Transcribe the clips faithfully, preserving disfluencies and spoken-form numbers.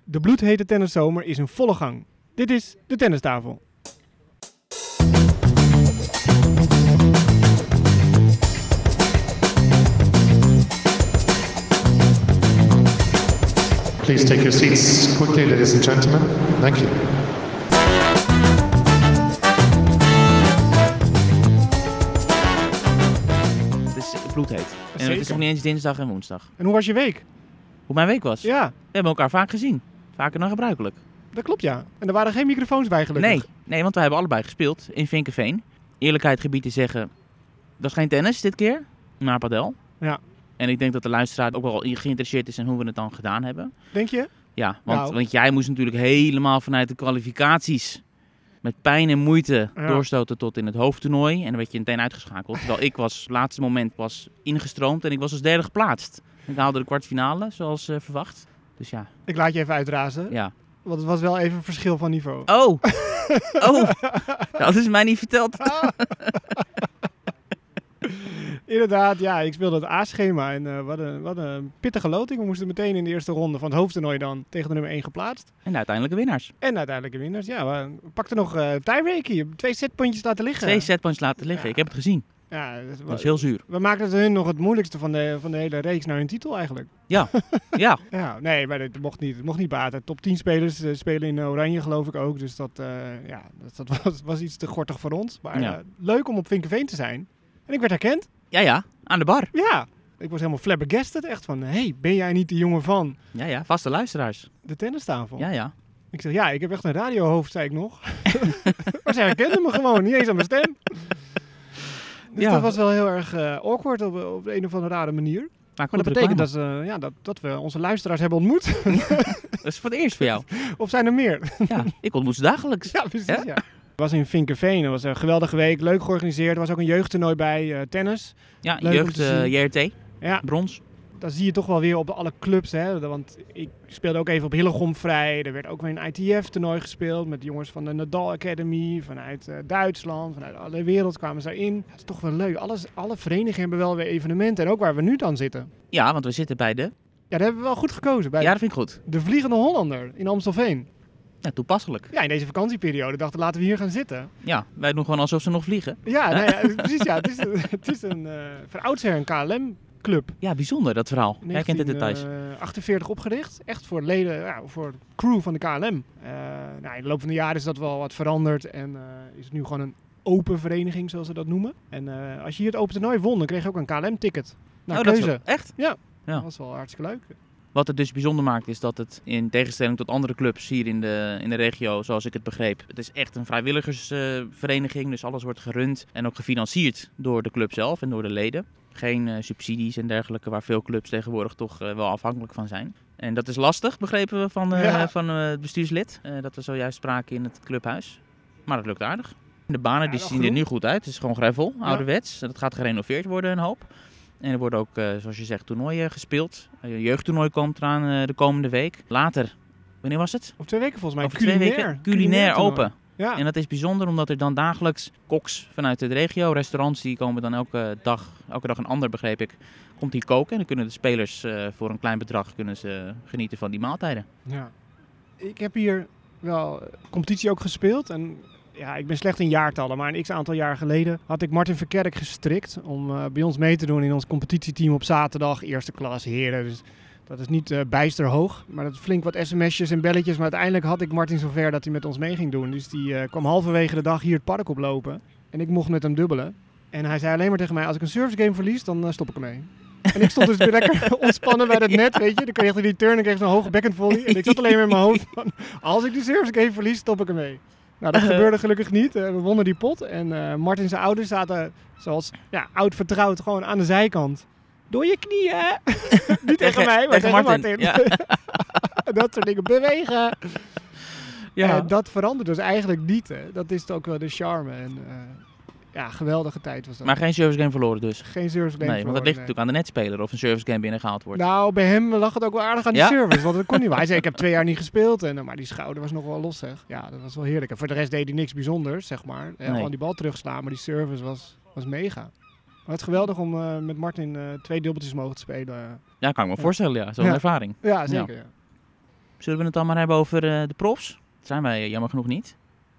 De bloedhete tenniszomer is in volle gang. Dit is de Tennistafel. Please take your seats quickly, ladies and gentlemen. Thank you. Het is bloedheet. En het is nog niet eens dinsdag en woensdag. En hoe was je week? Hoe mijn week was? Ja. We hebben elkaar vaak gezien. Vaker dan gebruikelijk. Dat klopt, ja. En er waren geen microfoons bij, gelukkig. Nee, nee, want we hebben allebei gespeeld in Vinkeveen. Eerlijkheid gebied te zeggen, dat is geen tennis dit keer, maar padel. Ja. En ik denk dat de luisteraar ook wel geïnteresseerd is in hoe we het dan gedaan hebben. Denk je? Ja, want, Nou. want jij moest natuurlijk helemaal vanuit de kwalificaties met pijn en moeite Ja. doorstoten tot in het hoofdtoernooi. En dan werd je meteen uitgeschakeld. Terwijl ik was, laatste moment was ingestroomd en ik was als derde geplaatst. Ik haalde de kwartfinale, zoals uh, verwacht. Dus ja, Ik laat je even uitrazen. ja. Want het was wel even een verschil van niveau. Oh! Oh! Dat is mij niet verteld. Inderdaad, ja, ik speelde het A-schema en uh, wat, een, wat een pittige loting. We moesten meteen in de eerste ronde van het hoofdtoernooi dan tegen de nummer één geplaatst. En de uiteindelijke winnaars. En uiteindelijk de winnaars. Ja, we pakten nog uh, tiebreak hier. Twee setpuntjes laten liggen. Twee setpoints laten liggen. Ja. Ik heb het gezien. Ja, dat, Dat is heel zuur. we maakten het hun nog het moeilijkste van de, van de hele reeks naar hun titel eigenlijk. Ja. Ja. Ja, nee, maar het mocht niet, het mocht niet baten. Top tien spelers uh, spelen in oranje geloof ik ook. Dus dat, uh, ja, dat, dat was, was iets te gortig voor ons. Maar Ja. uh, leuk om op Vinkeveen te zijn. En ik werd herkend. Ja, ja. Aan de bar. Ja, ik was helemaal flabbergasted. Echt van, hé, hey, ben jij niet de jongen van Ja, ja. Vaste luisteraars. de tennistafel? Ja, ja. Ik zeg, ja, ik heb echt een radiohoofd, zei ik nog. Maar zij herkende me gewoon, niet eens aan mijn stem. Dus Ja. dat was wel heel erg uh, awkward op, op een of andere rare manier. Maar, Maar dat betekent dat, ze, ja, dat, dat we onze luisteraars hebben ontmoet. Dat is voor het eerst voor jou. Of zijn er meer? Ja, ik ontmoet ze dagelijks. Ja, precies, Ja? ja. Het was in Vinkeveen. Het was een geweldige week. Leuk georganiseerd. Er was ook een jeugdtoernooi bij, uh, tennis. Ja, Leuk om jeugd te zien. uh, J R T, Ja, brons. dat zie je toch wel weer op alle clubs. Hè? Want ik speelde ook even op Hillegom vrij. Er werd ook weer een I T F-toernooi gespeeld met jongens van de Nadal Academy. Vanuit uh, Duitsland, vanuit alle wereld kwamen ze daarin. Het is toch wel leuk. Alles, alle verenigingen hebben wel weer evenementen. En ook waar we nu dan zitten. Ja, want we zitten bij de... Ja, daar hebben we wel goed gekozen. Bij Ja, dat vind ik goed. de Vliegende Hollander in Amstelveen. Ja, toepasselijk. Ja, in deze vakantieperiode dachten we, laten we hier gaan zitten. Ja, wij doen gewoon alsof ze nog vliegen. Ja, nou ja precies. Ja. Het is, het is een, uh, van oudsher een K L M-club. Ja, bijzonder dat verhaal. Jij kent de details. negentien achtenveertig opgericht. Echt voor leden, ja, voor crew van de K L M. Uh, nou, in de loop van de jaren is dat wel wat veranderd. En uh, is het nu gewoon een open vereniging, zoals ze dat noemen. En uh, als je hier het open toernooi won, dan kreeg je ook een K L M-ticket. Naar oh, dat is keuze. wel- echt? Ja. Ja. Dat was wel hartstikke leuk. Wat het dus bijzonder maakt is dat het in tegenstelling tot andere clubs hier in de, in de regio, zoals ik het begreep, het is echt een vrijwilligersvereniging. Uh, dus alles wordt gerund en ook gefinancierd door de club zelf en door de leden. Geen uh, subsidies en dergelijke waar veel clubs tegenwoordig toch uh, wel afhankelijk van zijn. En dat is lastig, begrepen we van, uh, Ja. van uh, het bestuurslid. Uh, dat we zojuist spraken in het clubhuis. Maar dat lukt aardig. De banen Ja, die wel zien er genoeg. nu goed uit. Het is gewoon gravel, Ja. ouderwets. En dat gaat gerenoveerd worden een hoop. En er worden ook, uh, zoals je zegt, toernooien gespeeld. Een uh, jeugdtoernooi komt eraan uh, de komende week. Later, wanneer was het? Of twee weken volgens mij. Over twee weken culinair toernooi. open. Ja. En dat is bijzonder omdat er dan dagelijks koks vanuit de regio, restaurants, die komen dan elke dag, elke dag een ander begreep ik, komt hier koken. En dan kunnen de spelers uh, voor een klein bedrag kunnen ze genieten van die maaltijden. Ja. Ik heb hier wel competitie ook gespeeld. En ja, ik ben slecht in jaartallen, maar een x-aantal jaar geleden had ik Martin Verkerk gestrikt om uh, bij ons mee te doen in ons competitieteam op zaterdag. Eerste klas heren, dus dat is niet uh, bijster hoog. Maar dat is flink wat sms'jes en belletjes. Maar uiteindelijk had ik Martin zover dat hij met ons mee ging doen. Dus die uh, kwam halverwege de dag hier het park oplopen. En ik mocht met hem dubbelen. En hij zei alleen maar tegen mij, als ik een service game verlies, dan uh, stop ik ermee. En ik stond dus weer lekker ontspannen bij het net, weet je. Dan kreeg hij die turn en kreeg zo'n hoge backhand volley. En ik zat alleen maar in mijn hoofd van, als ik die service game verlies, stop ik ermee. Nou, dat gebeurde gelukkig niet. Uh, we wonnen die pot. En uh, Martin zijn ouders zaten, zoals ja, oud vertrouwd, gewoon aan de zijkant. Door je knieën. Niet tegen mij, maar tegen, tegen Martin. Ja. Dat soort dingen bewegen. Ja. Uh, dat verandert dus eigenlijk niet. Hè. Dat is ook wel de charme. En, uh, ja, geweldige tijd was dat. Maar geen service game verloren dus? Geen service game Nee, want dat ligt natuurlijk aan de netspeler of een service game binnengehaald wordt. Nou, bij hem lag het ook wel aardig aan die Ja? service, want dat kon niet. Maar hij zei, ik heb twee jaar niet gespeeld, en, maar die schouder was nog wel los, zeg. Ja, dat was wel heerlijk. En voor de rest deed hij niks bijzonders, zeg maar. Eh, Nee. Gewoon die bal terugslaan, maar die service was, was mega. Maar het is geweldig om uh, met Martin uh, twee dubbeltjes mogen te spelen. Ja, kan ik me Ja. voorstellen, ja. Zo'n Ja. ervaring. Ja, zeker. Ja. Zullen we het dan maar hebben over uh, de profs? Dat zijn wij uh, jammer genoeg niet.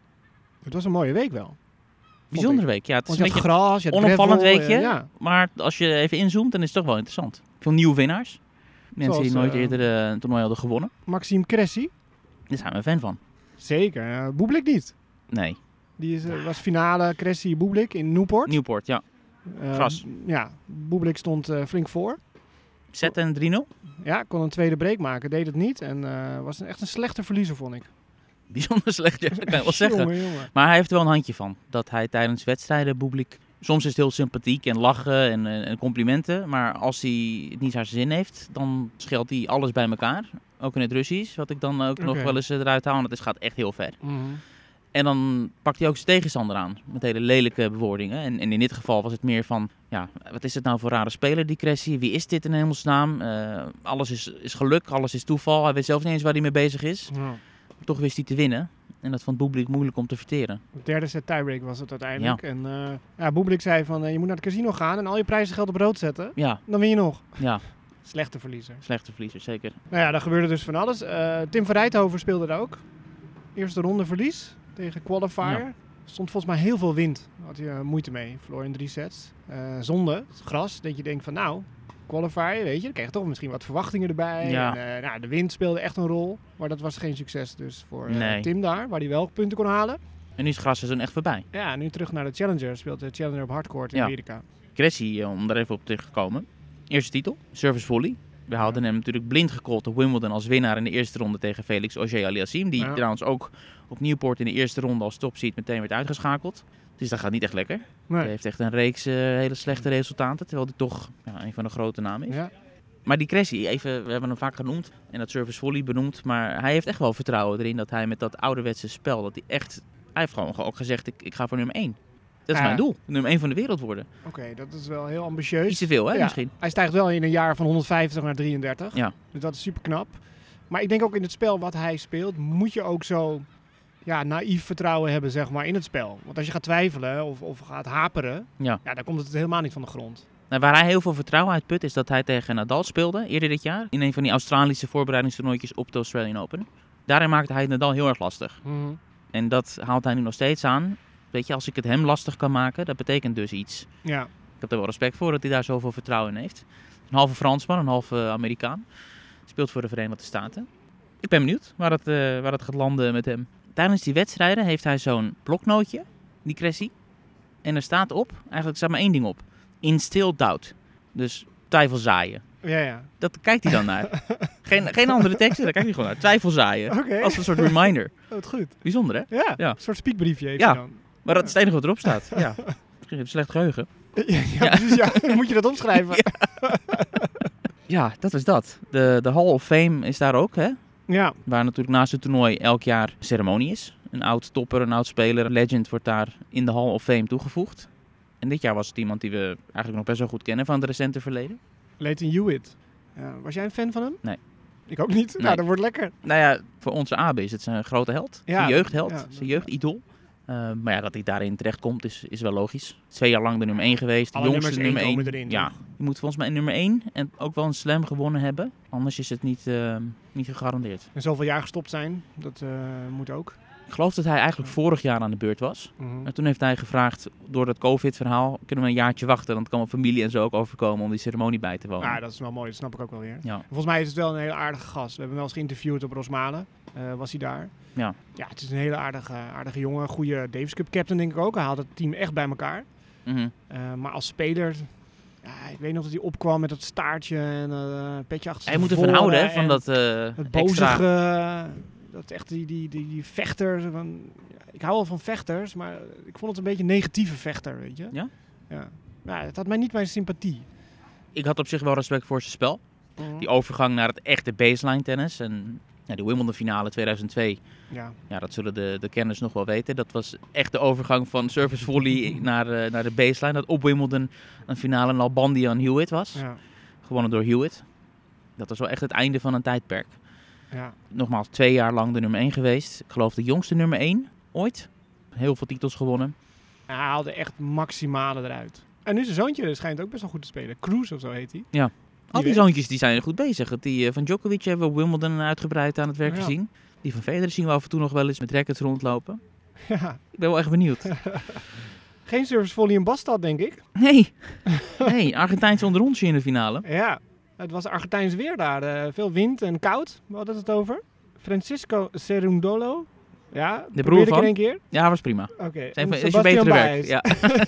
Het was een mooie week wel. Bijzondere week. Ja, het is Want een je beetje had gras, je had onopvallend gravel, weekje. uh, ja. Maar als je even inzoomt, dan is het toch wel interessant. Veel nieuwe winnaars. Mensen Zoals, die nooit uh, eerder uh, een toernooi hadden gewonnen. Maxime Cressy. Daar zijn we een fan van. Zeker. Uh, Bublik niet. Nee. Die is, uh, was finale Cressy Bublik in Newport. Newport, ja. Uh, Gras. Ja, Bublik stond uh, flink voor. Zet en drie nul. Ja, kon een tweede break maken. Deed het niet. En uh, was een, echt een slechte verliezer, vond ik. Bijzonder slecht, ja, dat kan je wel zeggen. Jongen, jongen. Maar hij heeft er wel een handje van. Dat hij tijdens wedstrijden publiek... Soms is het heel sympathiek en lachen en, en complimenten. Maar als hij het niet naar zijn zin heeft, dan scheldt hij alles bij elkaar. Ook in het Russisch, wat ik dan ook Okay. nog wel eens eruit haal. Want het gaat echt heel ver. Mm-hmm. En dan pakt hij ook zijn tegenstander aan. Met hele lelijke bewoordingen. En, en in dit geval was het meer van... Ja, wat is het nou voor rare speler, die Cressy? Wie is dit in hemelsnaam? Uh, alles is, is geluk, alles is toeval. Hij weet zelf niet eens waar hij mee bezig is. Ja. Toch wist hij te winnen. En dat vond Bublik moeilijk om te verteren. De derde set tiebreak was het uiteindelijk. Ja. En uh, ja, Bublik zei van uh, je moet naar het casino gaan en al je prijzengeld op rood zetten. Ja. Dan win je nog. Ja. Slechte verliezer. Slechte verliezer, zeker. Nou ja, daar gebeurde dus van alles. Uh, Tim van Rijthoven speelde er ook. Eerste ronde verlies tegen Qualifier. Ja. Stond volgens mij heel veel wind. Daar had hij uh, moeite mee. Verloor in drie sets. Uh, zonde, het gras. Dat je denkt van nou, Qualifier, weet je. Dan kreeg je toch misschien wat verwachtingen erbij. Ja. En, uh, nou, de wind speelde echt een rol. Maar dat was geen succes dus voor uh, nee. Tim daar. Waar hij wel punten kon halen. En nu is het grasseizoen echt voorbij. Ja, nu terug naar de Challenger. Speelt de Challenger op hardcourt in ja. Amerika. Cressy, om daar even op terug te komen. Eerste titel, service volley. We hadden hem natuurlijk blind gecallt op Wimbledon als winnaar in de eerste ronde tegen Felix Auger-Aliassime. Die ja. trouwens ook op Newport in de eerste ronde als topseed meteen werd uitgeschakeld. Dus dat gaat niet echt lekker. Nee. Hij heeft echt een reeks uh, hele slechte resultaten. Terwijl hij toch ja, een van de grote namen is. Ja. Maar die Cressy, even, we hebben hem vaak genoemd en dat service volley benoemd. Maar hij heeft echt wel vertrouwen erin dat hij met dat ouderwetse spel, dat hij echt... Hij heeft gewoon ook gezegd, ik, ik ga voor nummer één. Dat is ja. mijn doel, nummer één van de wereld worden. Oké, okay, dat is wel heel ambitieus. Iets te veel, hè, ja. misschien. Hij stijgt wel in een jaar van honderdvijftig naar drieëndertig. Ja. Dus dat is super knap. Maar ik denk ook in het spel wat hij speelt, moet je ook zo ja, naïef vertrouwen hebben, zeg maar, in het spel. Want als je gaat twijfelen of, of gaat haperen, ja. Ja, dan komt het helemaal niet van de grond. Nou, waar hij heel veel vertrouwen uit put, is dat hij tegen Nadal speelde eerder dit jaar. In een van die Australische voorbereidingstoernooitjes op de Australian Open. Daarin maakte hij het Nadal heel erg lastig. Mm-hmm. En dat haalt hij nu nog steeds aan. Weet je, als ik het hem lastig kan maken, dat betekent dus iets. Ja. Ik heb er wel respect voor dat hij daar zoveel vertrouwen in heeft. Een halve Fransman, een halve Amerikaan. Speelt voor de Verenigde Staten. Ik ben benieuwd waar het, uh, waar het gaat landen met hem. Tijdens die wedstrijden heeft hij zo'n bloknootje, die Cressy. En er staat op, eigenlijk staat maar één ding op. Instill doubt. Dus twijfel zaaien. Ja, ja. Dat kijkt hij dan naar. geen, geen andere teksten, daar kijkt hij gewoon naar. Twijfel zaaien. Okay. Als een soort reminder. Oh, wat goed. Bijzonder, hè? Ja, ja. Een soort spiekbriefje heeft ja. hij dan. Maar dat is het enige wat erop staat. Ja. Misschien heeft slecht geheugen. Ja, ja, ja. Precies. Ja. Dan moet je dat opschrijven. Ja. Ja, dat is dat. De, de Hall of Fame is daar ook, hè? Ja. Waar natuurlijk naast het toernooi elk jaar ceremonie is. Een oud topper, een oud speler, een legend wordt daar in de Hall of Fame toegevoegd. En dit jaar was het iemand die we eigenlijk nog best wel goed kennen van het recente verleden. Leighton Hewitt. Ja, was jij een fan van hem? Nee. Ik ook niet. Nee. Nou, dat wordt lekker. Nou ja, voor onze Abe is het zijn grote held. Ja, zijn jeugdheld, ja. zijn jeugdidool. Uh, maar ja, dat hij daarin terecht komt is, is wel logisch. Twee jaar lang de nummer één geweest. De Alle jongste nummer één. Erin, ja, je moet volgens mij een nummer één en ook wel een slam gewonnen hebben. Anders is het niet, uh, niet gegarandeerd. En zoveel jaar gestopt zijn, dat uh, moet ook. Ik geloof dat hij eigenlijk vorig jaar aan de beurt was. Mm-hmm. En toen heeft hij gevraagd, door dat COVID-verhaal, kunnen we een jaartje wachten. Dan kan mijn familie en zo ook overkomen om die ceremonie bij te wonen. Ja, dat is wel mooi. Dat snap ik ook wel weer. Ja. Volgens mij is het wel een hele aardige gast. We hebben hem wel eens geïnterviewd op Rosmalen. Uh, was hij daar. Ja. Ja, het is een hele aardige, aardige jongen. Goede Davis Cup captain denk ik ook. Hij haalt het team echt bij elkaar. Mm-hmm. Uh, maar als speler... Ja, ik weet nog dat hij opkwam met dat staartje en uh, petje achter Hij moet ervan houden, hè, van dat uh, het bozige... Uh, dat echt die, die, die, die vechter... Van, ik hou wel van vechters, maar ik vond het een beetje een negatieve vechter, weet je. Ja? Ja. Ja, het had mij niet mijn sympathie. Ik had op zich wel respect voor zijn spel. Mm-hmm. Die overgang naar het echte baseline tennis. En ja, de Wimbledon finale tweeduizend twee. Ja. Ja, dat zullen de, de kenners nog wel weten. Dat was echt de overgang van service volley naar, uh, naar de baseline. Dat op Wimbledon een finale Nalbandian aan Hewitt was. Ja. Gewonnen door Hewitt. Dat was wel echt het einde van een tijdperk. Ja. Nogmaals, twee jaar lang de nummer één geweest. Ik geloof de jongste nummer één ooit. Heel veel titels gewonnen. Hij haalde echt maximale eruit. En nu zijn zoontje schijnt ook best wel goed te spelen. Cruz of zo heet hij. Ja. Al die weet. zoontjes die zijn goed bezig. Die uh, van Djokovic hebben we op Wimbledon uitgebreid aan het werk Ja. gezien. Die van Federer zien we af en toe nog wel eens met rackets rondlopen. Ja. Ik ben wel echt benieuwd. Geen service volley in Bastad, denk ik. Nee, nee, Argentijnse onderrondje in de finale. Ja, het was Argentijns weer daar. Uh, veel wind en koud. We hadden het over. Francisco Cerundolo. Ja, De broer probeer ik van? in één keer. Ja, was prima. Oké. Okay. En Dat is je Sebastian betere Baez. werk. Ja.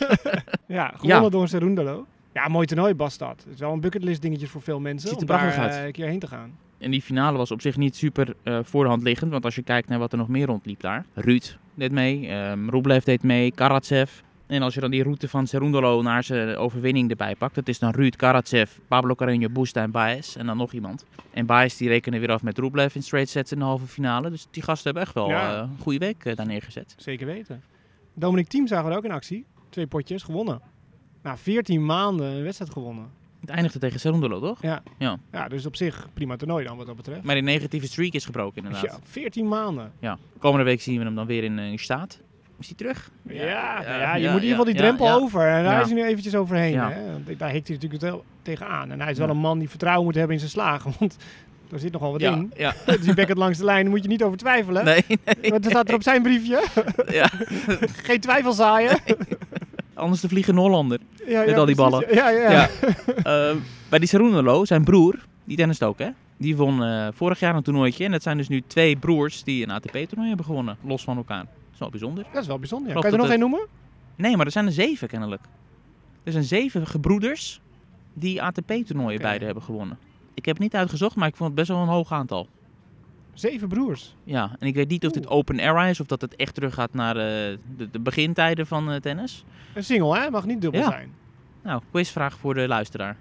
Ja, gewonnen Ja. door Cerundolo. Ja, mooi toernooi Bastad. Het is wel een bucketlist dingetje voor veel mensen. Ziet er om daar prachtig uit. uh, een keer heen te gaan. En die finale was op zich niet super uh, voor de hand liggend. Want als je kijkt naar wat er nog meer rondliep daar. Ruud deed mee, um, Rublev deed mee, Karatsev. En als je dan die route van Cerundolo naar zijn overwinning erbij pakt. Dat is dan Ruud, Karatsev, Pablo Carreño, Busta en Baez. En dan nog iemand. En Baez die rekenen weer af met Rublev in straight sets in de halve finale. Dus die gasten hebben echt wel Ja. uh, een goede week uh, daar neergezet. Zeker weten. Dominic Thiem zagen we ook in actie. Twee potjes gewonnen. Na veertien maanden een wedstrijd gewonnen. Het eindigde tegen Cerundolo, toch? Ja. Ja. Ja, dus op zich prima toernooi dan wat dat betreft. Maar die negatieve streak is gebroken inderdaad. Ja, veertien maanden. Ja. Komende week zien we hem dan weer in, uh, in staat. Is hij terug? Ja, ja, ja, ja, je ja, moet in ieder geval die ja, drempel ja. over. En daar Ja. is hij nu eventjes overheen. Ja. Hè? Want daar hikt hij natuurlijk wel tegenaan. En hij is Ja. wel een man die vertrouwen moet hebben in zijn slagen. Want er zit nogal wat Ja, in. ja. Dus die bek langs de lijn, daar moet je niet over twijfelen. Nee, nee. Want er staat er op zijn briefje. Ja. Geen twijfel zaaien. Anders de vliegende Hollander. Ja, Met al die precies. ballen. Ja, ja. Ja. Uh, bij die Cerundolo, zijn broer, die tennist ook hè. Die won uh, vorig jaar een toernooitje. En dat zijn dus nu twee broers die een A T P-toernooi hebben gewonnen. Los van elkaar. Dat is wel bijzonder. Dat is wel bijzonder. Ja. Geloof Kan je er nog dat één noemen? Nee, maar er zijn er zeven kennelijk. Er zijn zeven gebroeders die A T P-toernooien Oké. beide hebben gewonnen. Ik heb het niet uitgezocht, maar ik vond het best wel een hoog aantal. Zeven broers. Ja, en ik weet niet of dit Oeh. open era is of dat het echt teruggaat naar uh, de, de begintijden van uh, tennis. Een single, hè? Mag niet dubbel Ja. zijn. Nou, quizvraag voor de luisteraar.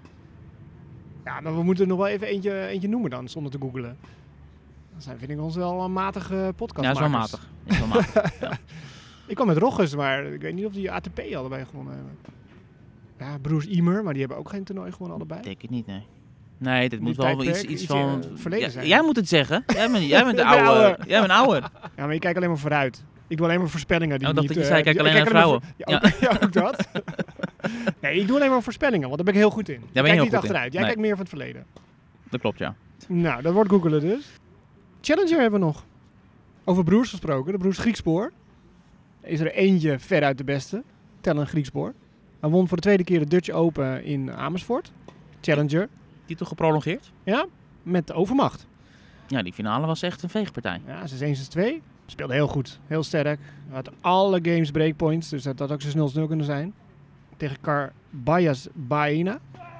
Ja, maar we moeten nog wel even eentje, eentje noemen dan, zonder te googlen. Dan zijn, vind ik ons wel een matige podcast. Ja, is wel matig. Is wel matig. Ja. Ik kwam met Rogges, maar ik weet niet of die A T P allebei gewonnen hebben. Ja, broers Imer, maar die hebben ook geen toernooi gewonnen allebei. Ik denk het niet, nee. Nee, dit Die moet wel iets, tijdperk, iets iets, van... eh, verleden Ja, zijn. jij moet het zeggen. Jij bent, jij bent de Ik ben oude. ouder. Jij bent ouder. Ja, maar je kijkt alleen maar vooruit. Ik doe alleen maar voorspellingen. Die Oh, dacht niet, dat je eh, zei, kijk die- alleen ik naar kijk vrouwen. voor- ja, ook, ja, ook dat. Nee, ik doe alleen maar voorspellingen, want daar ben ik heel goed in. ben ik je kijk heel niet goed in. achteruit. Jij Nee. kijkt meer van het verleden. Dat klopt, ja. Nou, dat wordt googelen dus. Challenger hebben we nog. Over broers gesproken, de broers Griekspoor. Is er eentje veruit de beste. Tellen Griekspoor. Hij won voor de tweede keer de Dutch Open in Amersfoort. Challenger. Titel geprolongeerd. Ja, met overmacht. Ja, die finale was echt een veegpartij. Ja, zes een, zes twee. Speelde heel goed, heel sterk. Had alle games breakpoints, dus dat had ook zes nul nul kunnen zijn. Tegen Carbayas Baena.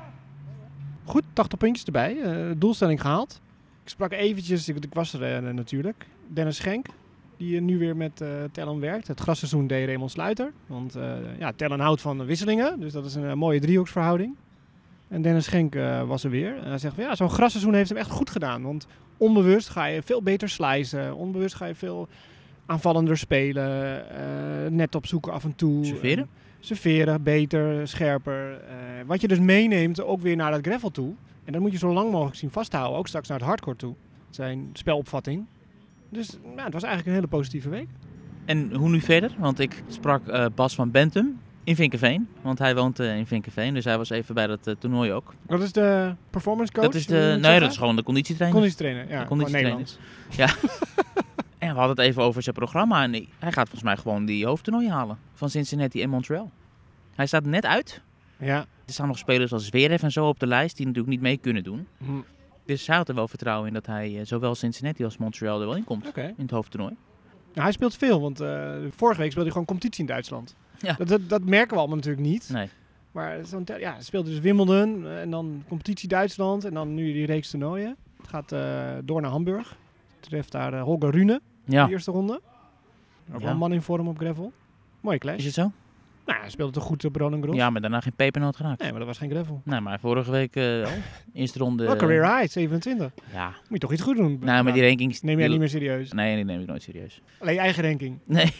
Goed, tachtig puntjes erbij. Uh, doelstelling gehaald. Ik sprak eventjes, ik, ik was er uh, natuurlijk. Dennis Schenk, die uh, nu weer met uh, Tellen werkt. Het grasseizoen deed Raymond Sluiter. Want uh, ja, Tellen houdt van wisselingen, dus dat is een uh, mooie driehoeksverhouding. En Dennis Schenk uh, was er weer. En hij zegt van ja, zo'n grasseizoen heeft hem echt goed gedaan. Want onbewust ga je veel beter slicen. Onbewust ga je veel aanvallender spelen. Uh, net opzoeken af en toe. Serveren? Uh, serveren, beter, scherper. Uh, wat je dus meeneemt ook weer naar dat gravel toe. En dat moet je zo lang mogelijk zien vasthouden. Ook straks naar het hardcore toe. Zijn spelopvatting. Dus nou, het was eigenlijk een hele positieve week. En hoe nu verder? Want ik sprak uh, Bas van Bentum in Vinkenveen. Want hij woont uh, in Vinkenveen. Dus hij was even bij dat uh, toernooi ook. Wat is de performance coach? Dat is de, nee, dat is gewoon de conditietrainer. Conditietrainer, ja. De conditietrainer. Nederlands. Ja. En we hadden het even over zijn programma. En hij gaat volgens mij gewoon die hoofdtoernooi halen. Van Cincinnati en Montreal. Hij staat net uit. Ja. Er staan nog spelers als Zverev en zo op de lijst die natuurlijk niet mee kunnen doen. Hm. Dus hij had er wel vertrouwen in dat hij uh, zowel Cincinnati als Montreal er wel in komt. Okay. In het hoofdtoernooi. Nou, hij speelt veel, want uh, vorige week speelde hij gewoon competitie in Duitsland. Ja. Dat, dat, dat merken we allemaal natuurlijk niet. Nee. Maar zo'n ja, hij speelde dus Wimbledon en dan competitie Duitsland en dan nu die reeks toernooien. Het gaat uh, door naar Hamburg. Het treft daar uh, Holger Rune Ja. de eerste ronde. Ook Ja. wel een man in vorm op gravel. Mooie clash. Is het zo? Nou, hij speelde toch goed op Roland Garros? Ja, maar daarna geen pepernoot geraakt. Nee, maar dat was geen gravel. Nee, maar vorige week, uh, oh, eerste ronde... Wel career high, zevenentwintig. Ja. Moet je toch iets goed doen? Nou, maar die rankings... Neem jij die- niet meer serieus? Nee, die neem ik nooit serieus. Alleen je eigen ranking. Nee.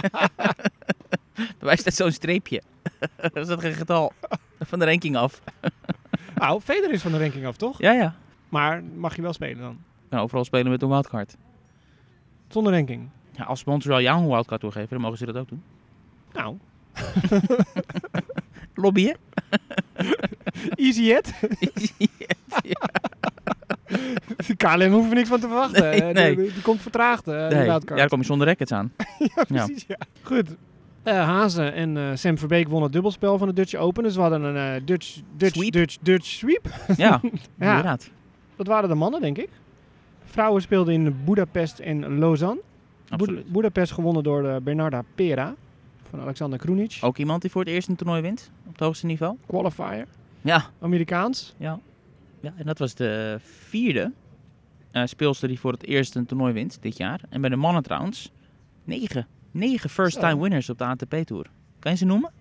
Bij mij staat zo'n streepje. Dat is dat geen getal. Van de ranking af. Nou, Federer is van de ranking af, toch? Ja, ja. Maar mag je wel spelen dan? Ik kan overal spelen met een wildcard. Zonder ranking. Ja, als Montreal jou een wildcard doorgeven, dan mogen ze dat ook doen. Nou, Lobbyen? easy yet. Ja. De K L M hoeven we niks van te verwachten. Nee, Eh, nee. Die, die komt vertraagd. Uh, Nee. Ja, daar kom je zonder rackets aan. ja, precies. Ja. Goed. Uh, Hazen en uh, Sam Verbeek wonnen het dubbelspel van de Dutch Open. Dus we hadden een uh, Dutch, Dutch, Sweep. Dutch, Dutch sweep. Ja, Ja. inderdaad. Dat waren de mannen, denk ik. Vrouwen speelden in Budapest en Lausanne. Absoluut. Boed- Budapest gewonnen door uh, Bernarda Pera van Alexander Krunic. Ook iemand die voor het eerst een toernooi wint op het hoogste niveau. Qualifier. Ja, Amerikaans. ja. ja en dat was de vierde uh, speelster die voor het eerst een toernooi wint dit jaar. En bij de mannen trouwens, negen. Negen first-time Zo. winners op de A T P-tour. Kan je ze noemen?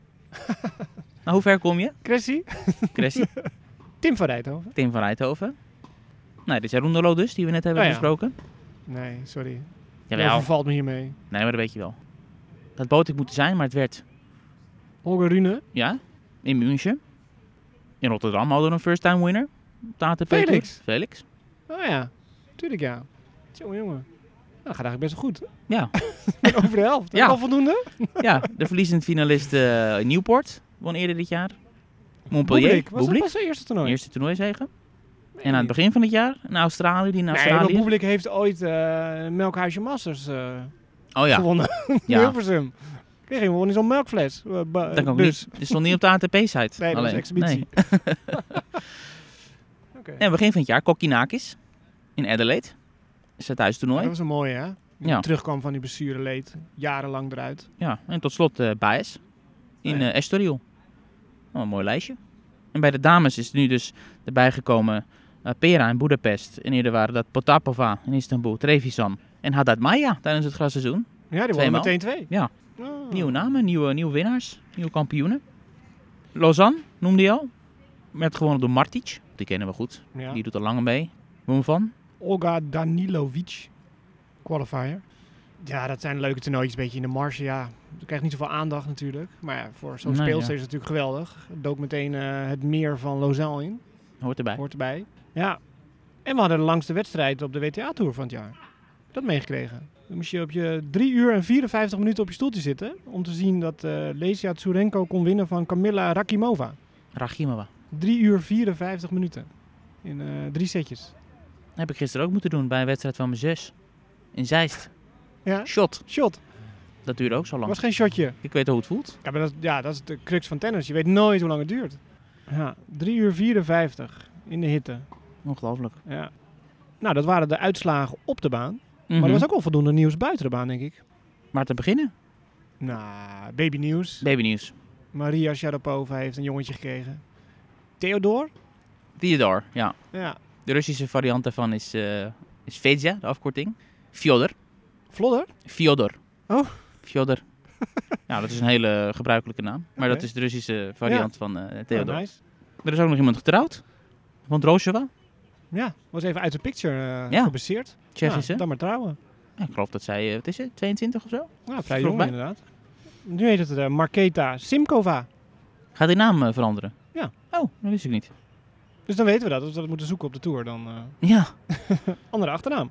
Nou, hoe ver kom je? Cressy. Chrissy, Tim van Rijthoven. Tim van Rijthoven. Nee, dit is Roendelo dus, die we net hebben Oh ja. besproken. Nee, sorry. Jawel. Dat vervalt me hiermee. Nee, maar dat weet je wel. Dat bood ik moeten zijn, maar het werd, Holger Rune. ja, in München. In Rotterdam hadden we een first-time winner op de A T P-tour. Felix. Felix. Oh ja, tuurlijk ja. Jongen, jongen. Nou, gaat eigenlijk best wel goed. Ja. Over de helft. Ja. Al voldoende? Ja, de verliezend finalist uh, Nieuwpoort won eerder dit jaar. Montpellier, Bublik. Was dat Bublik, pas zijn eerste toernooi? eerste toernooizege. Nee, En aan het niet. begin van het jaar in Australië, die in Nee, maar Australië. Bublik heeft ooit uh, Melkhuisje Masters uh, oh ja, gewonnen. In ja. Hilversum. Kreeg hij gewoon in zo'n melkfles. Uh, ba- dat kan ook dus. niet. Het stond niet op de A T P-site. Nee, dat was alleen. exhibitie. Nee. Okay. En begin van het jaar, Kokkinakis in Adelaide. Is het thuistoernooi. Ja, dat was een mooie, hè? Die Ja. terugkwam van die blessureleed. Jarenlang eruit. Ja, en tot slot uh, Baez in Oh ja. uh, Estoril. Oh, een mooi lijstje. En bij de dames is nu dus erbij gekomen uh, Pera in Budapest. En eerder waren dat Potapova in Istanbul, Trevisan en Haddad Maya tijdens het grasseizoen. Ja, die wonnen Tweemaal. meteen twee. Ja, Oh. nieuwe namen, nieuwe, nieuwe winnaars, nieuwe kampioenen. Lausanne noemde je al. Werd gewonnen door Martic. Die kennen we goed. Ja. Die doet al langer mee. Hoe van? Olga Danilovic. Qualifier. Ja, dat zijn leuke toernooitjes. Een beetje in de marge. Ja, dat krijgt niet zoveel aandacht natuurlijk. Maar ja, voor zo'n Nee, speelster ja. is het natuurlijk geweldig. Er dook meteen uh, het meer van Lausanne in. Hoort erbij. Hoort erbij. Ja. En we hadden de langste wedstrijd op de W T A-tour van het jaar. Heb je dat meegekregen? Dan moest je op je drie uur en vierenvijftig minuten op je stoeltje zitten. Om te zien dat uh, Lesia Tsurenko kon winnen van Kamila Rakimova. Rachimova. drie uur vierenvijftig minuten. In uh, drie setjes. Dat heb ik gisteren ook moeten doen bij een wedstrijd van mijn zus. In Zeist. Ja, Shot. shot. Dat duurde ook zo lang. Was geen shotje. Ik weet hoe het voelt. Ja, maar dat, ja, dat is de crux van tennis. Je weet nooit hoe lang het duurt. Ja, drie uur vierenvijftig in de hitte. Ongelooflijk. Ja. Nou, dat waren de uitslagen op de baan. Mhm. Maar er was ook wel voldoende nieuws buiten de baan, denk ik. Maar te beginnen, Nou, babynieuws. babynieuws. Maria Sharapova heeft een jongetje gekregen. Theodor? Theodor, ja. Ja. De Russische variant daarvan is, uh, is Fedja, de afkorting. Fyodor. Vlodder? Fyodor. Oh. Fyodor. Ja, dat is een hele gebruikelijke naam. Maar Oké. dat is de Russische variant van uh, Theodor. Oh, nice. Er is ook nog iemand getrouwd. Van Drosheva. Ja, was even uit de picture uh, Ja. gebaseerd. Tsjechische. Ja, dan maar trouwen. Ja, ik geloof dat zij, uh, wat is het, tweeëntwintig of zo? Ja, vrij vroeg jong bij. inderdaad. Nu heet het uh, Marketa Simkova. Gaat die naam uh, veranderen? Ja. Oh, dat wist ik niet. Dus dan weten we dat. Als we dat moeten zoeken op de Tour, dan uh, Ja. andere achternaam.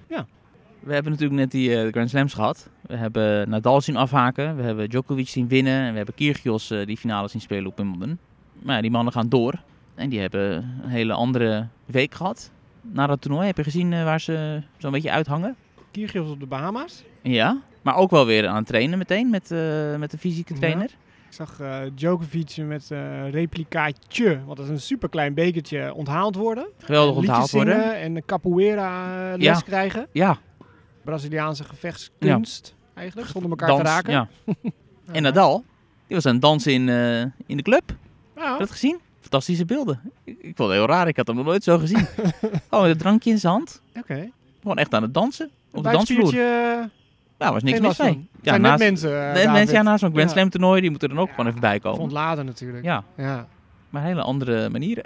We hebben natuurlijk net die uh, Grand Slams gehad. We hebben Nadal zien afhaken. We hebben Djokovic zien winnen. En we hebben Kyrgios uh, die finale zien spelen op Wimbledon. Maar ja, die mannen gaan door. En die hebben een hele andere week gehad. Na dat toernooi heb je gezien uh, waar ze zo'n beetje uithangen. Kyrgios op de Bahama's. Ja, maar ook wel weer aan het trainen meteen met, uh, met de fysieke trainer. Ik zag uh, Djokovic met uh, replicaatje, wat is een superklein bekertje, onthaald worden. Geweldig En liedjes onthaald worden. zingen en de capoeira uh, les Ja. krijgen. Ja, Braziliaanse gevechtskunst eigenlijk, zonder elkaar dans. te raken. Ja. En Nadal, die was aan het dansen in, uh, in de club. Ja. Heb je dat gezien? Fantastische beelden. Ik, ik vond het heel raar, ik had hem nog nooit zo gezien. Oh, met een drankje in zijn hand. Oké. Gewoon echt aan het dansen. Op de dansvloer. Buikspiertje, Ja, was niks geen mis last mee. van. Het Ja, zijn net naast, mensen, uh, nee, David. mensen ja, naast zo'n Grand Ja. Slam toernooi, die moeten er ook Ja. gewoon even bij komen. Ontladen natuurlijk. Ja, Ja. maar hele andere manieren.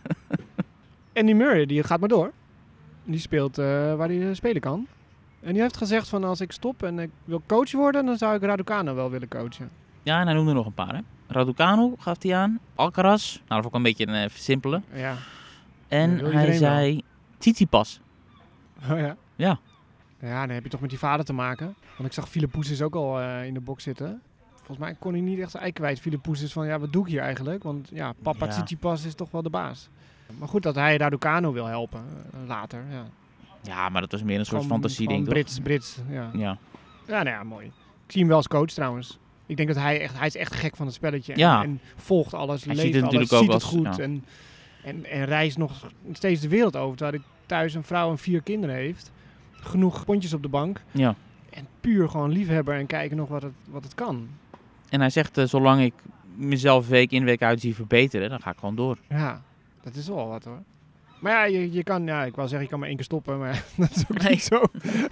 Andy Murray, die gaat maar door. Die speelt uh, waar hij uh, spelen kan. En die heeft gezegd van als ik stop en ik wil coach worden, dan zou ik Raducanu wel willen coachen. Ja, en hij noemde nog een paar, hè. Raducanu gaf hij aan. Alcaraz. Nou, dat vond ik een beetje een uh, simpele. Ja. En Dat wil hij iedereen zei Tsitsipas. Oh ja. Ja. Ja, dan heb je toch met die vader te maken. Want ik zag Philippus is ook al uh, in de box zitten. Volgens mij kon hij niet echt zijn ei kwijt. Philippus is van, ja, wat doe ik hier eigenlijk? Want ja, papa Ja. Tsitsipas is toch wel de baas. Maar goed dat hij Raducanu wil helpen uh, later. Ja. Ja, maar dat was meer een soort Gewoon- fantasie, gewoon denk ik. Brits, Brits, ja. Ja. Ja, nou ja, mooi. Ik zie hem wel als coach trouwens. Ik denk dat hij echt, hij is echt gek van het spelletje. En, Ja. en volgt alles, Hij leeft ziet het alles, natuurlijk ook ziet het als- goed. ja. En, en, en reist nog steeds de wereld over. Terwijl hij thuis een vrouw en vier kinderen heeft. Genoeg pondjes op de bank. ja. En puur gewoon liefhebber en kijken nog wat het, wat het kan. En hij zegt, uh, zolang ik mezelf week in week uit zie verbeteren, dan ga ik gewoon door. Ja, dat is wel wat hoor. Maar ja, je, je kan, ja, ik wou zeggen, je kan maar één keer stoppen, maar dat is ook Nee. niet zo.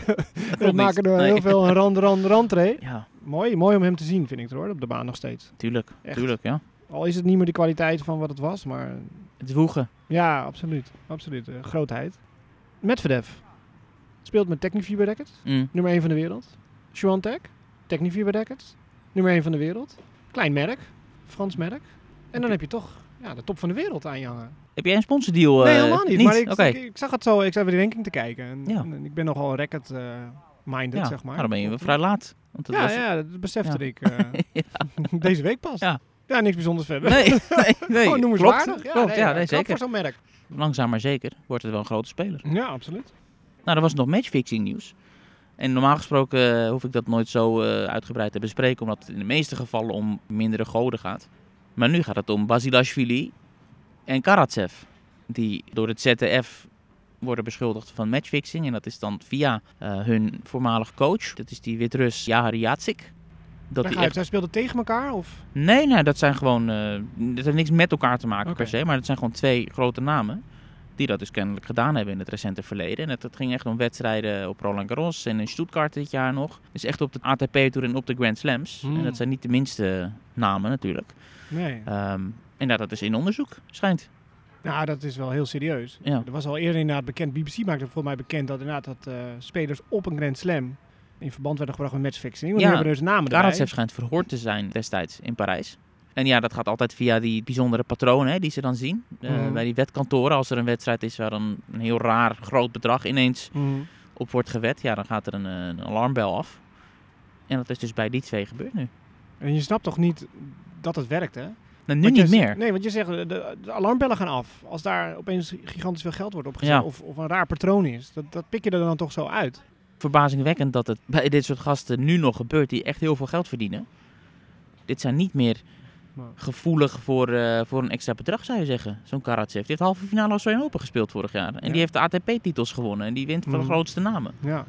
We niet. maken er Nee. heel veel een rand, rand, randrace. Ja, Mooi, mooi om hem te zien, vind ik het hoor, op de baan nog steeds. tuurlijk. Echt. Tuurlijk, ja. Al is het niet meer de kwaliteit van wat het was, maar Het woegen. ja, absoluut. Absoluut, uh, grootheid. Medvedev speelt met Technifiber Rackets, Mm. nummer één van de wereld. Swiatek, Technifiber Rackets, nummer één van de wereld. Klein merk, Frans merk. En dan heb je toch ja, de top van de wereld aan je hangen. Heb jij een sponsordeal? uh, Nee, helemaal niet. Maar ik, Oké. ik, ik zag het zo, ik zag weer de ranking te kijken. En, Ja. en ik ben nogal racket-minded, Ja, zeg maar. nou, dan ben je vrij laat. Want het Ja, was... ja, dat besefte Ja. ik uh, deze week pas. Ja. Ja, niks bijzonders verder. Nee, nee, nee. Gewoon noemenswaardig. Klopt, Ja, klopt. nee, Ja, ja, nee, knap zeker. voor zo'n merk. Langzaam maar zeker wordt het wel een grote speler. Ja, absoluut. Nou, er was nog matchfixing nieuws. En normaal gesproken uh, hoef ik dat nooit zo uh, uitgebreid te bespreken, omdat het in de meeste gevallen om mindere goden gaat. Maar nu gaat het om Basilashvili en Karatsev, die door het Z T F worden beschuldigd van matchfixing. En dat is dan via uh, hun voormalig coach, dat is die Wit-Rus Jahar Jatsik. Dat Leg die uit, echt... zij speelden tegen elkaar? Of? Nee, nee, dat zijn gewoon, uh, dat heeft niks met elkaar te maken Oké. per se, maar het zijn gewoon twee grote namen. Die dat dus kennelijk gedaan hebben in het recente verleden. En het, het ging echt om wedstrijden op Roland Garros en in Stuttgart dit jaar nog. Dus echt op de A T P-tour en op de Grand Slams. Hmm. En dat zijn niet de minste namen natuurlijk. Nee. Um, en ja, dat is in onderzoek, schijnt. Nou, dat is wel heel serieus. Ja. Er was al eerder inderdaad bekend, B B C maakte volgens mij bekend dat inderdaad dat uh, spelers op een Grand Slam in verband werden gebracht met matchfixing. Want Ja, die hebben dus namen erbij. Karatsev schijnt verhoord te zijn destijds in Parijs. En ja, dat gaat altijd via die bijzondere patronen hè, die ze dan zien. Uh, Mhm. Bij die wetkantoren, als er een wedstrijd is waar dan een heel raar groot bedrag ineens Mm. op wordt gewet. Ja, dan gaat er een, een alarmbel af. En dat is dus bij die twee gebeurd nu. En je snapt toch niet dat het werkt, hè? Nou, nu Want niet je, meer. Nee, want je zegt, de, de alarmbellen gaan af. Als daar opeens gigantisch veel geld wordt opgezet Ja. of, of een raar patroon is, dat, dat pik je er dan toch zo uit. Verbazingwekkend dat het bij dit soort gasten nu nog gebeurt die echt heel veel geld verdienen. Dit zijn niet meer Maar- gevoelig voor, uh, voor een extra bedrag, zou je zeggen. Zo'n Karatsev. Die heeft halve finale Australian Open gespeeld vorig jaar. En Ja. die heeft de A T P-titels gewonnen. En die wint van de Mhm. grootste namen. Ja.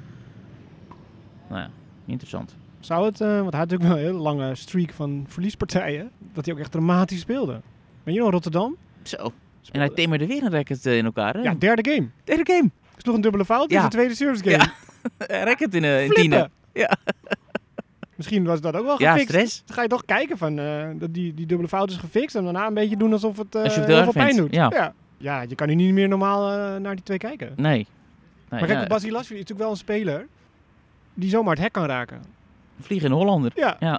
Nou ja, interessant. Zou het, uh, want hij had natuurlijk wel een hele lange streak van verliespartijen, dat hij ook echt dramatisch speelde. Ben je nog Rotterdam? Zo. En Speelde- hij timmerde weer een racket uh, in elkaar. Hè? Ja, derde game. Derde game. Sloeg een dubbele fout in Ja. zijn tweede service game. Ja. racket in, uh, in Flippen. tienen. Ja. Misschien was dat ook wel Ja, gefixt. stress. Dan ga je toch kijken van uh, dat die, die dubbele fout is gefixt en daarna een beetje doen alsof het uh, Als je het heel heel veel erg pijn vindt, doet. ja. Ja. Ja, je kan nu niet meer normaal uh, naar die twee kijken. Nee. nee maar kijk, ja, Basilashvili is natuurlijk wel een speler die zomaar het hek kan raken. vliegende Hollander. Ja, Ja.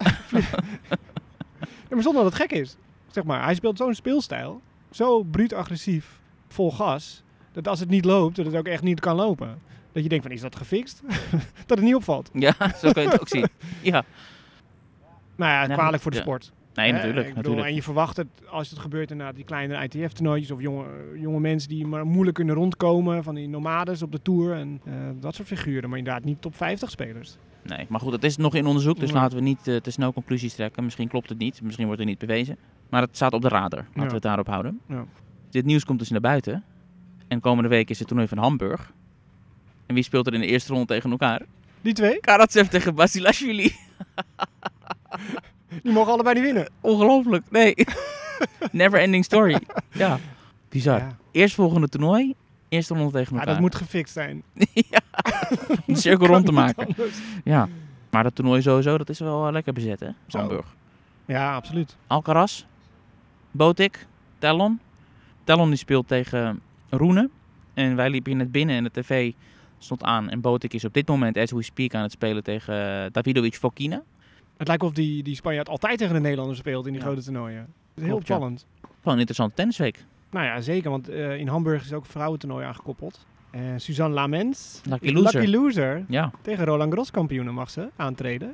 ja, maar zonder dat het gek is. Zeg maar, hij speelt zo'n speelstijl, zo bruut agressief, vol gas, dat als het niet loopt, dat het ook echt niet kan lopen. Dat je denkt van, is dat gefixt? Dat het niet opvalt. ja, zo kan je het ook zien. Ja. Nou ja, Ja, kwalijk voor de ja. sport. Nee, Hè? natuurlijk. Ik bedoel, natuurlijk. en je verwacht het, als het gebeurt inderdaad, die kleinere I T F-toernooitjes of jonge, jonge mensen die maar moeilijk kunnen rondkomen, van die nomades op de Tour en uh, dat soort figuren. Maar inderdaad niet top vijftig spelers. Nee, maar goed, het is nog in onderzoek, dus Ja. laten we niet uh, te snel conclusies trekken. Misschien klopt het niet, misschien wordt het niet bewezen. Maar het staat op de radar, laten Ja. we het daarop houden. Ja. Dit nieuws komt dus naar buiten. En komende week is het toernooi van Hamburg. En wie speelt er in de eerste ronde tegen elkaar? Die twee, Karatsev tegen Basilashvili. die mogen allebei niet winnen. Ongelooflijk, nee. Never ending story. Ja, bizar. Ja. Eerstvolgende toernooi, eerste ronde tegen Ja, elkaar. dat moet gefixt zijn. ja, om de cirkel rond te Kan niet maken. anders. Ja, maar dat toernooi sowieso, dat is wel uh, lekker bezet, hè? Zo. Hamburg. Ja, absoluut. Alcaraz, Botic, Tellon. Tellon die speelt tegen Roene. En wij liepen hier net binnen en de tv stond aan. En Botic is op dit moment, as we speak, aan het spelen tegen uh, Davidovic Fokina. Het lijkt of die, die Spanjaard altijd tegen de Nederlanders speelt in die Ja. grote toernooien. Dat is heel Klopt, ja. opvallend. Gewoon een interessante tennisweek. Nou ja, zeker, want uh, in Hamburg is ook een vrouwentoernooi aangekoppeld. Uh, Suzanne Lamens, Lucky loser. lucky loser, Ja, tegen Roland Garros kampioenen mag ze aantreden.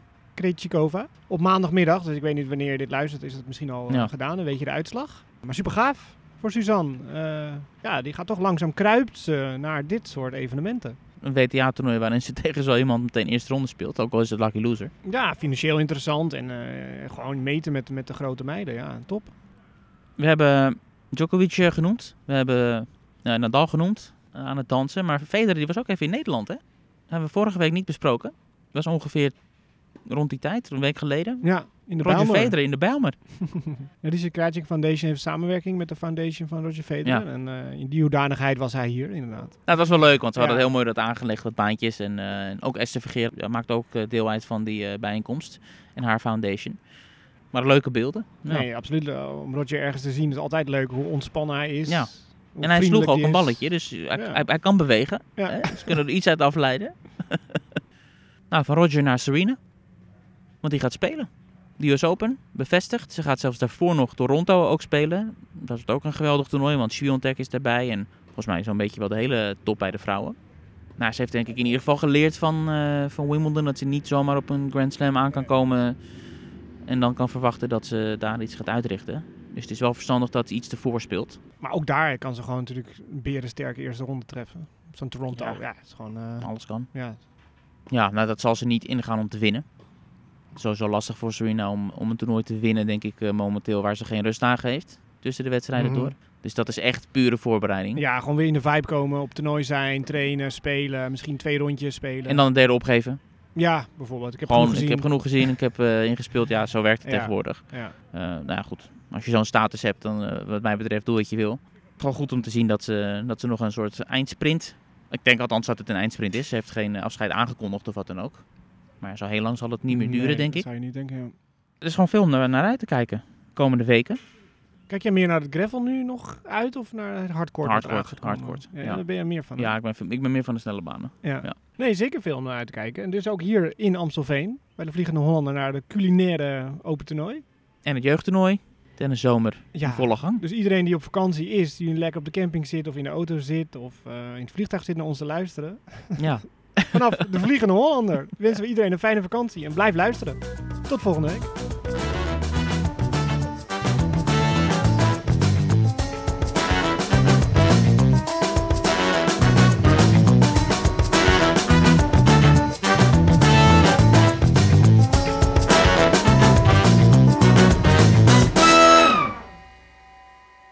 Krejcikova. Op maandagmiddag, dus ik weet niet wanneer je dit luistert, is het misschien al uh, Ja. gedaan. Dan weet je de uitslag. Maar super gaaf. voor Suzanne. Uh, ja, die gaat toch langzaam kruipt uh, naar dit soort evenementen. Een W T A-toernooi waarin ze tegen zo iemand meteen eerste ronde speelt. Ook al is het lucky loser. Ja, financieel interessant en uh, gewoon meten met, met de grote meiden. Ja, top. We hebben Djokovic genoemd. We hebben uh, Nadal genoemd uh, aan het dansen. Maar Federer die was ook even in Nederland, hè? Dat hebben we vorige week niet besproken. Dat was ongeveer rond die tijd, een week geleden. Ja, in de Roger Bijlmer. Federer in de Bijlmer. Ja, de Krajicek Foundation heeft samenwerking met de foundation van Roger Federer. Ja. En uh, in die hoedanigheid was hij hier, inderdaad. Nou, dat was wel leuk, want ze ja. hadden heel mooi dat aangelegd, wat baantjes. En, uh, en ook Esther Vergeer ja, maakt ook uh, deel uit van die uh, bijeenkomst en haar foundation. Maar leuke beelden. Ja. Nee, absoluut. Om Roger ergens te zien is altijd leuk hoe ontspannen hij is. Ja. En hij sloeg ook een balletje, dus hij, ja. hij, hij kan bewegen. Ja. Hè? Ze kunnen er iets uit afleiden. Nou, van Roger naar Serena. Want die gaat spelen. De U S Open, bevestigd. Ze gaat zelfs daarvoor nog Toronto ook spelen. Dat is ook een geweldig toernooi, want Swiatek is daarbij. En volgens mij zo'n beetje wel de hele top bij de vrouwen. Nou, ze heeft denk ik in ieder geval geleerd van, uh, van Wimbledon dat ze niet zomaar op een Grand Slam aan kan komen en dan kan verwachten dat ze daar iets gaat uitrichten. Dus het is wel verstandig dat ze iets ervoor speelt. Maar ook daar kan ze gewoon natuurlijk een berensterke eerste ronde treffen. Zo'n Toronto, ja, ja het is gewoon... Uh, alles kan. Ja. Ja, nou dat zal ze niet ingaan om te winnen. Sowieso lastig voor Serena om, om een toernooi te winnen, denk ik, uh, momenteel, waar ze geen rust aan geeft tussen de wedstrijden mm-hmm. door. Dus dat is echt pure voorbereiding. Ja, gewoon weer in de vibe komen, op toernooi zijn, trainen, spelen, misschien twee rondjes spelen. En dan een derde opgeven. Ja, bijvoorbeeld. Ik heb gewoon, genoeg gezien. Ik heb genoeg gezien, ik heb uh, ingespeeld. Ja, zo werkt het ja. tegenwoordig. Ja. Uh, nou ja, goed. Als je zo'n status hebt, dan uh, wat mij betreft doe wat je wil. Gewoon goed om te zien dat ze, dat ze nog een soort eindsprint... Ik denk althans dat het een eindsprint is. Ze heeft geen afscheid aangekondigd of wat dan ook. Maar zo heel lang zal het niet meer duren, nee, denk dat ik. zou je niet denken, ja. Er is gewoon veel naar, naar uit te kijken. Komende weken. Kijk jij meer naar het gravel nu nog uit of naar het hardcourt? Hardcourt, hardcourt. Ja, ja. Daar ben je meer van. Ja, ik ben, ik ben meer van de snelle banen. Ja. Ja. Nee, zeker veel om naar uit te kijken. En dus ook hier in Amstelveen, bij de Vliegende Hollander, naar de culinaire open toernooi. En het jeugdtoernooi. En de zomer ja, in volle gang. Dus iedereen die op vakantie is, die lekker op de camping zit of in de auto zit of uh, in het vliegtuig zit naar ons te luisteren. Ja. Vanaf de Vliegende Hollander wensen we iedereen een fijne vakantie en blijf luisteren. Tot volgende week.